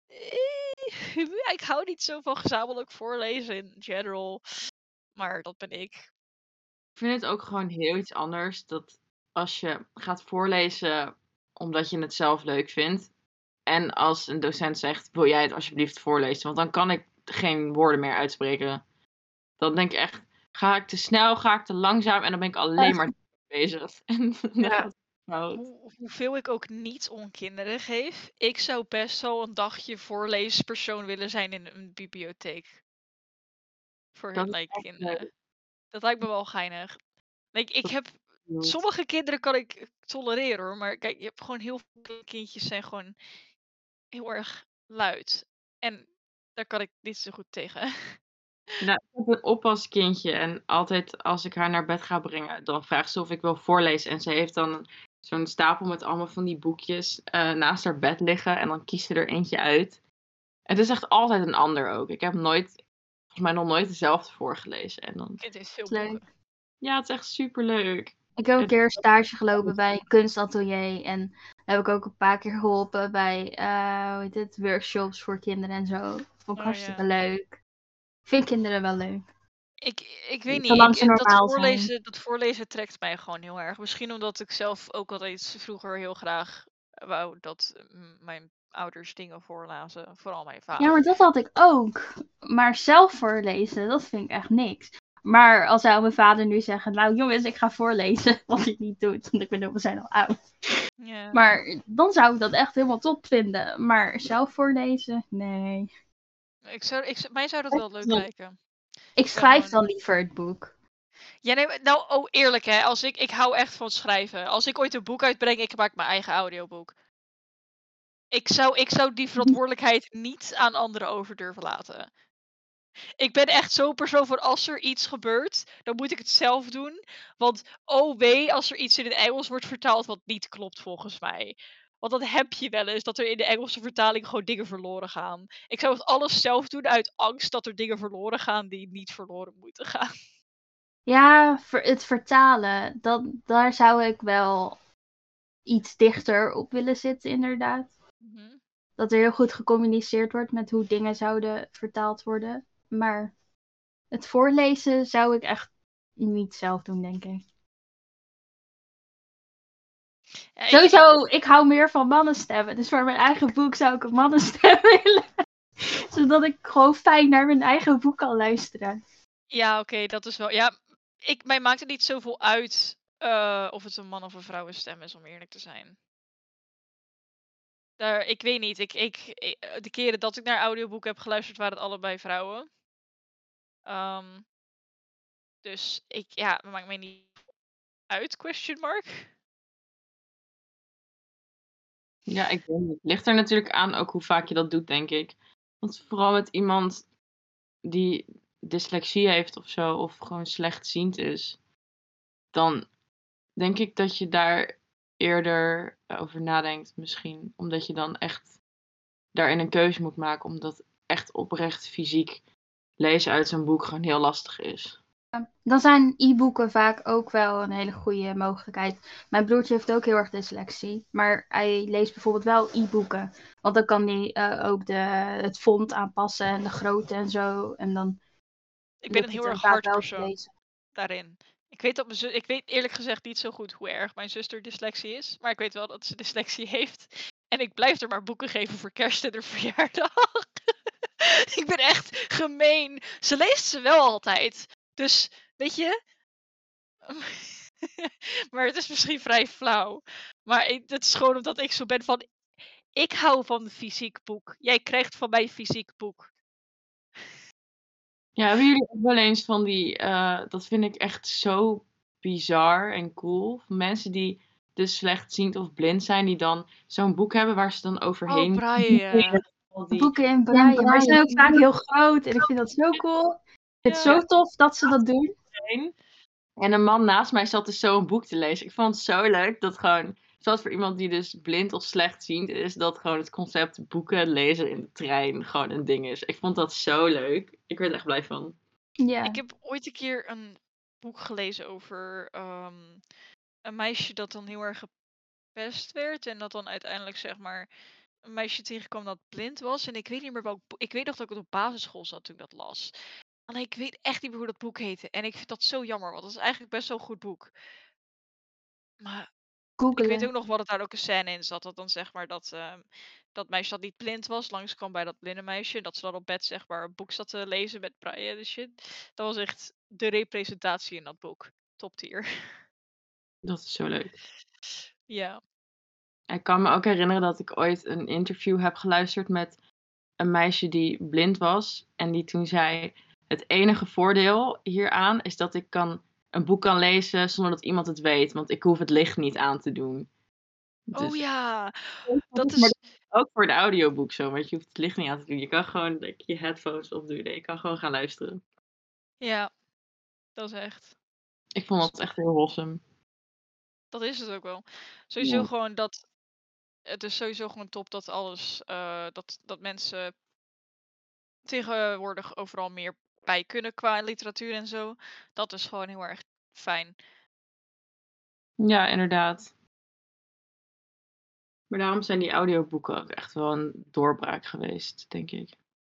ik hou niet zo van gezamenlijk voorlezen in general. Maar dat ben ik. Ik vind het ook gewoon heel iets anders dat als je gaat voorlezen omdat je het zelf leuk vindt. En als een docent zegt, wil jij het alsjeblieft voorlezen? Want dan kan ik geen woorden meer uitspreken. Dan denk ik echt, ga ik te snel, ga ik te langzaam en dan ben ik alleen maar bezig. En dan Ja. gaat het fout. Hoeveel ik ook niet om kinderen geef, ik zou best wel een dagje voorleespersoon willen zijn in een bibliotheek. Voor Dat is like, echt kinderen. leuk. Dat lijkt me wel geinig. Like, ik Dat heb. is goed. Sommige kinderen kan ik tolereren hoor, maar kijk, je hebt gewoon heel veel kindjes zijn gewoon heel erg luid. En daar kan ik niet zo goed tegen. Nou, ik heb een oppaskindje en altijd als ik haar naar bed ga brengen, dan vraagt ze of ik wil voorlezen. En ze heeft dan zo'n stapel met allemaal van die boekjes naast haar bed liggen en dan kiest ze er eentje uit. Het is echt altijd een ander ook. Ik heb volgens mij nog nooit dezelfde voorgelezen. En dan, Kind heeft veel Leuk. boeken. ja, het is echt super leuk. Ik heb een Het- keer stage gelopen bij een kunstatelier. En heb ik ook een paar keer geholpen bij hoe heet het, workshops voor kinderen en zo. Vond ik Oh, hartstikke ja. leuk. Ik vind kinderen wel leuk. Ik weet niet, Zolang ze dat normaal zijn. voorlezen trekt mij gewoon heel erg. Misschien omdat ik zelf ook altijd vroeger heel graag wou dat mijn ouders dingen voorlazen. Vooral mijn vader. Ja, maar dat had ik ook. Maar zelf voorlezen, dat vind ik echt niks. Maar als zou mijn vader nu zeggen, nou jongens, ik ga voorlezen. Wat hij niet doet, want ik bedoel, we zijn al oud. Ja. Maar dan zou ik dat echt helemaal top vinden. Maar zelf voorlezen, nee. Mij zou dat wel leuk Ja. lijken. Ik schrijf gewoon- dan liever het boek. Ja, nee, nou, oh eerlijk hè, ik hou echt van schrijven. Als ik ooit een boek uitbreng, ik maak mijn eigen audioboek. Ik zou die verantwoordelijkheid niet aan anderen over durven laten. Ik ben echt zo'n persoon van als er iets gebeurt, dan moet ik het zelf doen. Want oh wee, als er iets in het Engels wordt vertaald wat niet klopt volgens mij. Want dat heb je wel eens, dat er in de Engelse vertaling gewoon dingen verloren gaan. Ik zou het alles zelf doen uit angst dat er dingen verloren gaan die niet verloren moeten gaan. Ja, het vertalen, daar zou ik wel iets dichter op willen zitten, inderdaad. Mhm. Dat er heel goed gecommuniceerd wordt met hoe dingen zouden vertaald worden. Maar het voorlezen zou ik echt niet zelf doen, denk ik. Ja, Sowieso, ik hou meer van mannenstemmen. Dus voor mijn eigen boek zou ik een mannenstem willen. Zodat ik gewoon fijn naar mijn eigen boek kan luisteren. Ja, oké, dat is wel. Ja, mij maakt het niet zoveel uit of het een man of een vrouwenstem is, om eerlijk te zijn. Ik weet niet. De keren dat ik naar audioboeken heb geluisterd, waren het allebei vrouwen. Dus het maakt mij niet uit, question mark. Ja, ik weet niet. Het ligt er natuurlijk aan ook hoe vaak je dat doet, denk ik. Want vooral met iemand die dyslexie heeft of zo, of gewoon slechtziend is, dan denk ik dat je daar eerder over nadenkt misschien. Omdat je dan echt daarin een keuze moet maken, omdat echt oprecht fysiek lezen uit zo'n boek gewoon heel lastig is. Dan zijn e-boeken vaak ook wel een hele goede mogelijkheid. Mijn broertje heeft ook heel erg dyslexie. Maar hij leest bijvoorbeeld wel e-boeken. Want dan kan hij ook het font aanpassen en de grootte en zo. En dan Ik ben lukt een het heel hem erg vaak hard wel te persoon lezen. daarin. Ik weet eerlijk gezegd niet zo goed hoe erg mijn zuster dyslexie is. Maar ik weet wel dat ze dyslexie heeft. En ik blijf er maar boeken geven voor kerst en haar verjaardag. Ik ben echt gemeen. Ze leest ze wel altijd. Dus, weet je. Maar het is misschien vrij flauw. Maar het is gewoon omdat ik zo ben van. Ik hou van een fysiek boek. Jij krijgt van mij een fysiek boek. Ja, hebben jullie ook wel eens van die, dat vind ik echt zo bizar en cool, van mensen die dus slechtziend of blind zijn, die dan zo'n boek hebben waar ze dan overheen Braille. al die Boeken in braille, maar ze zijn ook vaak heel groot. En ik vind dat zo cool. Ik vind het Ja. zo tof dat ze dat doen. zijn. En een man naast mij zat dus zo een boek te lezen. Ik vond het zo leuk dat gewoon, zoals voor iemand die dus blind of slechtziend is, dat gewoon het concept boeken lezen in de trein gewoon een ding is. Ik vond dat zo leuk. Ik werd er echt blij van. Ja. Ik heb ooit een keer een boek gelezen over een meisje dat dan heel erg gepest werd. En dat dan uiteindelijk zeg maar een meisje tegenkwam dat blind was. En ik weet niet meer welk boek. Ik weet nog dat ik het op basisschool zat toen ik dat las. Alleen ik weet echt niet meer hoe dat boek heette. En ik vind dat zo jammer, want dat is eigenlijk best wel een goed boek. Maar Ik weet Googelen. ook nog wat het daar ook een scène in zat. Dat dan zeg maar dat meisje dat niet blind was, langskwam bij dat blinde meisje. Dat ze dan op bed zeg maar een boek zat te lezen met braille en shit. Dat was echt de representatie in dat boek. Top tier. Dat is zo leuk. Ja. Ik kan me ook herinneren dat ik ooit een interview heb geluisterd met een meisje die blind was. En die toen zei, het enige voordeel hieraan is dat ik een boek kan lezen zonder dat iemand het weet. Want ik hoef het licht niet aan te doen. Oh Dus, ja, maar dat dat is. is ook voor de audioboek zo. Want je hoeft het licht niet aan te doen. Je kan gewoon je headphones opdoen. En je kan gewoon gaan luisteren. Ja, dat is echt. Ik vond dat echt heel wholesome. Dat is het ook wel. Sowieso Ja. gewoon dat. Het is sowieso gewoon top dat alles. Dat mensen tegenwoordig overal meer bij kunnen qua literatuur en zo. Dat is gewoon heel erg fijn. Ja, inderdaad. Maar daarom zijn die audioboeken ook echt wel een doorbraak geweest, denk ik.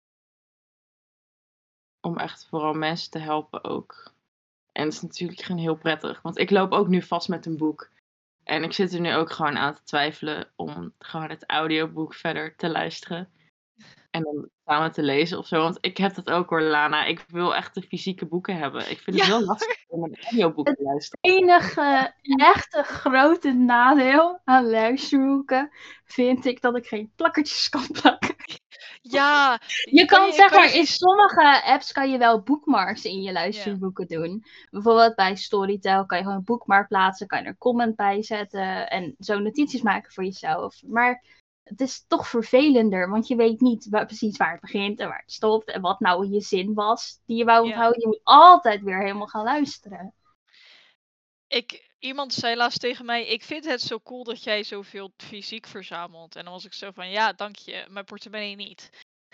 Om echt vooral mensen te helpen ook. En het is natuurlijk gewoon heel prettig. Want ik loop ook nu vast met een boek. En ik zit er nu ook gewoon aan te twijfelen om gewoon het audioboek verder te luisteren. En dan samen te lezen of zo. Want ik heb dat ook hoor, Lana. Ik wil echt de fysieke boeken hebben. Ik vind het Ja, heel lastig om een audioboek te luisteren. Enige echte grote nadeel aan luisterboeken vind ik dat ik geen plakkertjes kan plakken. ja. Je kan zeg kan je maar, in geen. sommige apps kan je wel bookmarks in je Ja. luisterboeken doen. Bijvoorbeeld bij Storytel kan je gewoon een bookmark plaatsen, kan je er een comment bij zetten en zo notities maken voor jezelf. Maar het is toch vervelender, want je weet niet precies waar het begint en waar het stopt en wat nou je zin was die je wou Ja. onthouden. Je moet altijd weer helemaal gaan luisteren. Iemand zei laatst tegen mij, ik vind het zo cool dat jij zoveel fysiek verzamelt. En dan was ik zo van, ja, dank je, mijn portemonnee niet.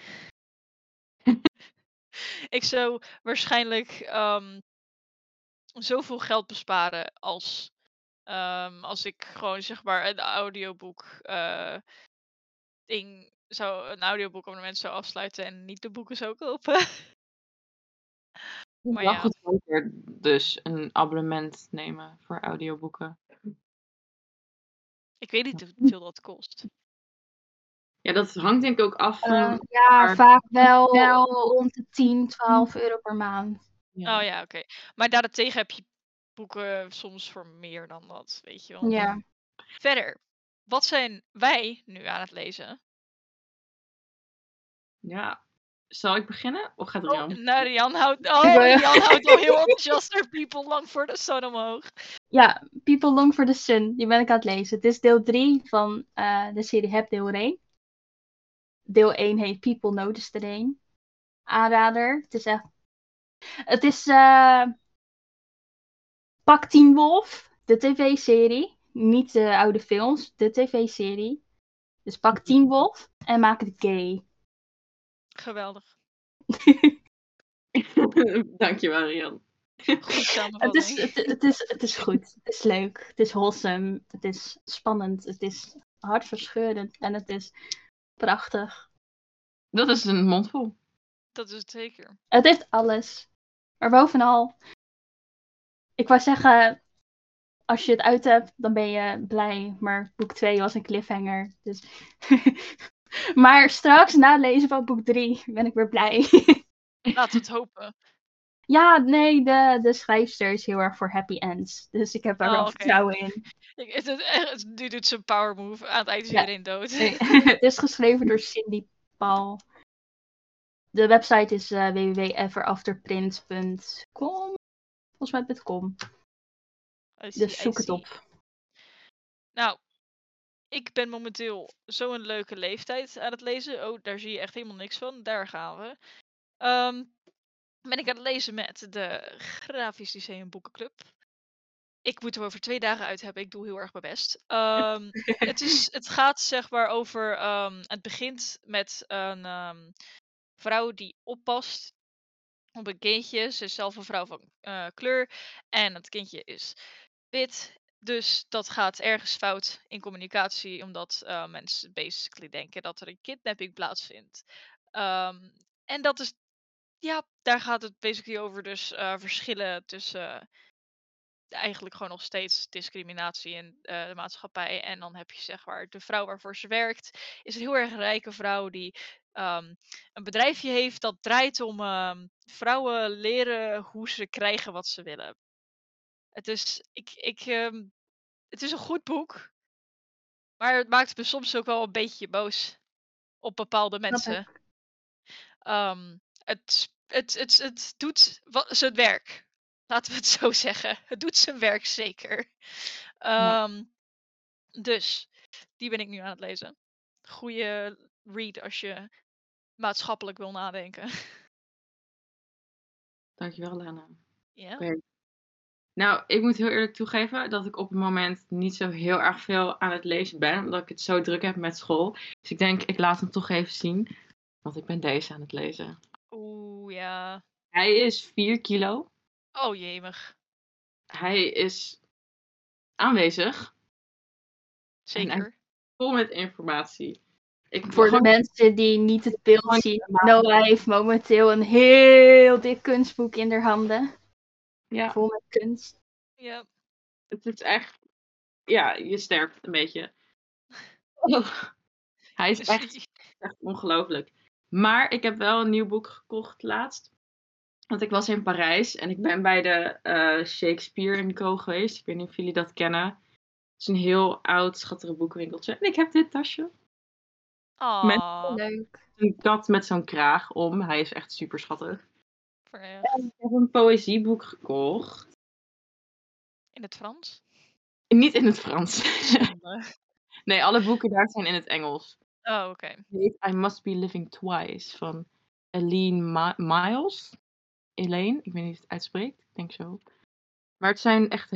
Ik zou waarschijnlijk zoveel geld besparen als ik gewoon zeg maar een audioboek een audioboek abonnement zou afsluiten en niet de boeken zou kopen. Het is Maar wel ja, goedkoper dus een abonnement nemen voor audioboeken. ik weet niet hoeveel dat kost. Ja, dat hangt denk ik ook af van Ja, waar- vaak wel rond de 10, 12 euro per maand. Ja. Oh ja, oké. Maar daarentegen heb je boeken soms voor meer dan dat, weet je wel. Ja. Verder, wat zijn wij nu aan het lezen? Ja. Zal ik beginnen? Of gaat Rian? Nou, Rian houdt al heel enthousiast er People Long for the Sun omhoog. Ja, People Long for the Sun, die ben ik aan het lezen. Het is deel 3 van de serie Heb deel 1. Deel 1 heet People Notice the Rain. Aanrader. Het is echt... Het is Pak 10 Wolf, de tv-serie. Niet de oude films, de tv-serie. Dus pak 10 Wolf en maak het gay. Geweldig. Dankjewel, Rian. Goede samenvatting. Het is goed. Het is leuk. Het is wholesome. Het is spannend. Het is hartverscheurend. En het is prachtig. Dat is een mondvol. Dat is het zeker. Het heeft alles. Maar bovenal, ik wou zeggen, als je het uit hebt, dan ben je blij. Maar boek 2 was een cliffhanger. Dus... maar straks, na het lezen van boek 3, ben ik weer blij. Laten we het hopen. Ja, nee, de schrijfster is heel erg voor happy ends. Dus ik heb daar wel oké. vertrouwen in. Nu doet ze een power move. Aan het eind is Ja. iedereen dood. Nee, het is geschreven door Cindy Paul. De website is www.everafterprint.com. Volgens mij .com. Dus zoek het op. Nou, ik ben momenteel zo'n leuke leeftijd aan het lezen. Oh, daar zie je echt helemaal niks van. Daar gaan we. Ben ik aan het lezen met de Grafisch Lyceum Boekenclub. Ik moet er over 2 dagen uit hebben. Ik doe heel erg mijn best. Het gaat zeg maar over... het begint met een vrouw die oppast op een kindje. Ze is zelf een vrouw van kleur. En het kindje is wit. Dus dat gaat ergens fout in communicatie. Omdat mensen basically denken dat er een kidnapping plaatsvindt. En dat is... Ja, daar gaat het basically over. Dus verschillen tussen eigenlijk gewoon nog steeds discriminatie in de maatschappij. En dan heb je zeg maar de vrouw waarvoor ze werkt, is een heel erg rijke vrouw die een bedrijfje heeft dat draait om vrouwen leren hoe ze krijgen wat ze willen. Het is, het is een goed boek, maar het maakt me soms ook wel een beetje boos op bepaalde Snap mensen. ik. Het doet zijn werk. Laten we het zo zeggen. Het doet zijn werk zeker. Dus, die ben ik nu aan het lezen. Goeie read als je maatschappelijk wil nadenken. Dankjewel, Lana. Ja. Oké. Nou, ik moet heel eerlijk toegeven dat ik op het moment niet zo heel erg veel aan het lezen ben. Omdat ik het zo druk heb met school. Dus ik denk, ik laat hem toch even zien. Want ik ben deze aan het lezen. Oeh, ja. Hij is 4 kilo. Oh, jemig. Hij is aanwezig. En hij is Zeker. vol met informatie. Voor de mensen die niet het beeld zien, Noah heeft momenteel een heel dik kunstboek in haar handen. Ja, Vol met kunst. Ja. het is echt... Ja, je sterft een beetje. Oh, hij is echt ongelooflijk. Maar ik heb wel een nieuw boek gekocht laatst. Want ik was in Parijs en ik ben bij de Shakespeare Co. geweest. Ik weet niet of jullie dat kennen. Het is een heel oud, schattig boekenwinkeltje. En ik heb dit tasje. Ah, Leuk. Een kat met zo'n kraag om. Hij is echt super schattig. vererg. En ik heb een poëzieboek gekocht. In het Frans? Niet in het Frans. Zonde. Nee, alle boeken daar zijn in het Engels. Oh, oké. Het heet I Must Be Living Twice van Elaine Miles. Elaine, ik weet niet of het uitspreekt. Ik denk zo. Maar het zijn echt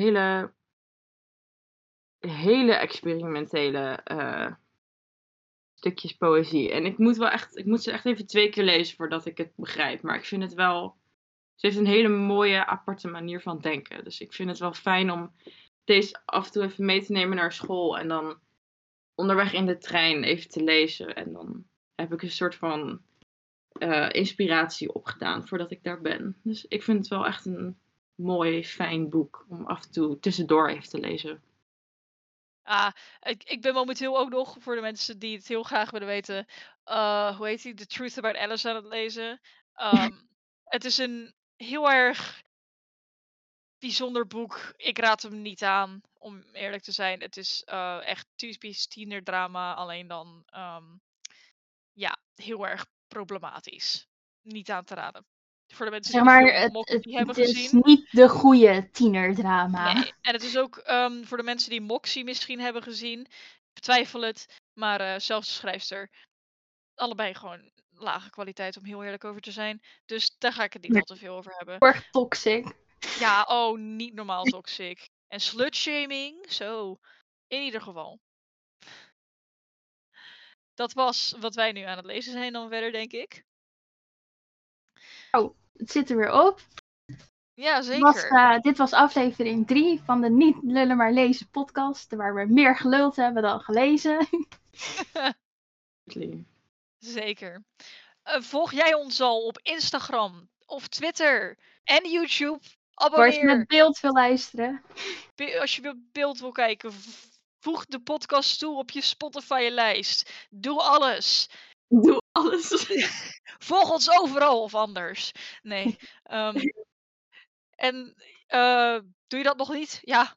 hele experimentele stukjes poëzie. En ik moet ze echt even 2 keer lezen voordat ik het begrijp. Maar ik vind het wel... Ze heeft een hele mooie, aparte manier van denken. Dus ik vind het wel fijn om deze af en toe even mee te nemen naar school. En dan onderweg in de trein even te lezen. En dan heb ik een soort van inspiratie opgedaan voordat ik daar ben. Dus ik vind het wel echt een mooi, fijn boek om af en toe tussendoor even te lezen. Ah, ik ben momenteel ook nog, voor de mensen die het heel graag willen weten, hoe heet die? The Truth About Alice aan het lezen. Het is een heel erg bijzonder boek. Ik raad hem niet aan, om eerlijk te zijn. Het is echt typisch tienerdrama, alleen dan ja, heel erg problematisch. Niet aan te raden. Voor de mensen Zeg die de maar, film Moxie hebben het is gezien. niet de goede tienerdrama. Nee, en het is ook voor de mensen die Moxie misschien hebben gezien. Betwijfel het, maar zelfs de schrijfster. Allebei gewoon lage kwaliteit, om heel eerlijk over te zijn. Dus daar ga ik het niet al te veel over hebben. Heel erg toxic. Ja, oh, niet normaal toxic. En slutshaming, zo. In ieder geval. Dat was wat wij nu aan het lezen zijn dan verder, denk ik. Oh, het zit er weer op. Ja, zeker. Dit was aflevering 3 van de Niet Lullen Maar Lezen podcast. Waar we meer geluld hebben dan gelezen. Zeker. Volg jij ons al op Instagram of Twitter en YouTube? Als je met Abonneer. beeld wil luisteren. Als je beeld wil kijken, voeg de podcast toe op je Spotify-lijst. Doe alles. Doe alles. Volg ons overal of anders. Nee. En doe je dat nog niet? Ja.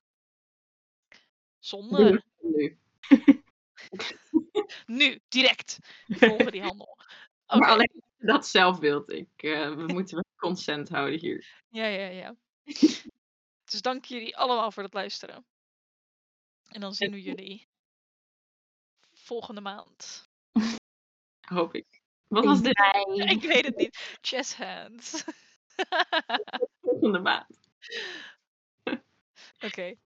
Zonde. Nu. Nu, direct. Volgen die handel. Oké. Maar alleen als je dat zelf wilt. We moeten wel consent houden hier. Ja. Dus dank jullie allemaal voor het luisteren. En dan zien we jullie volgende maand. Hoop ik. Wat was dit? Ik weet het niet. Chess hands. Volgende maand. Oké.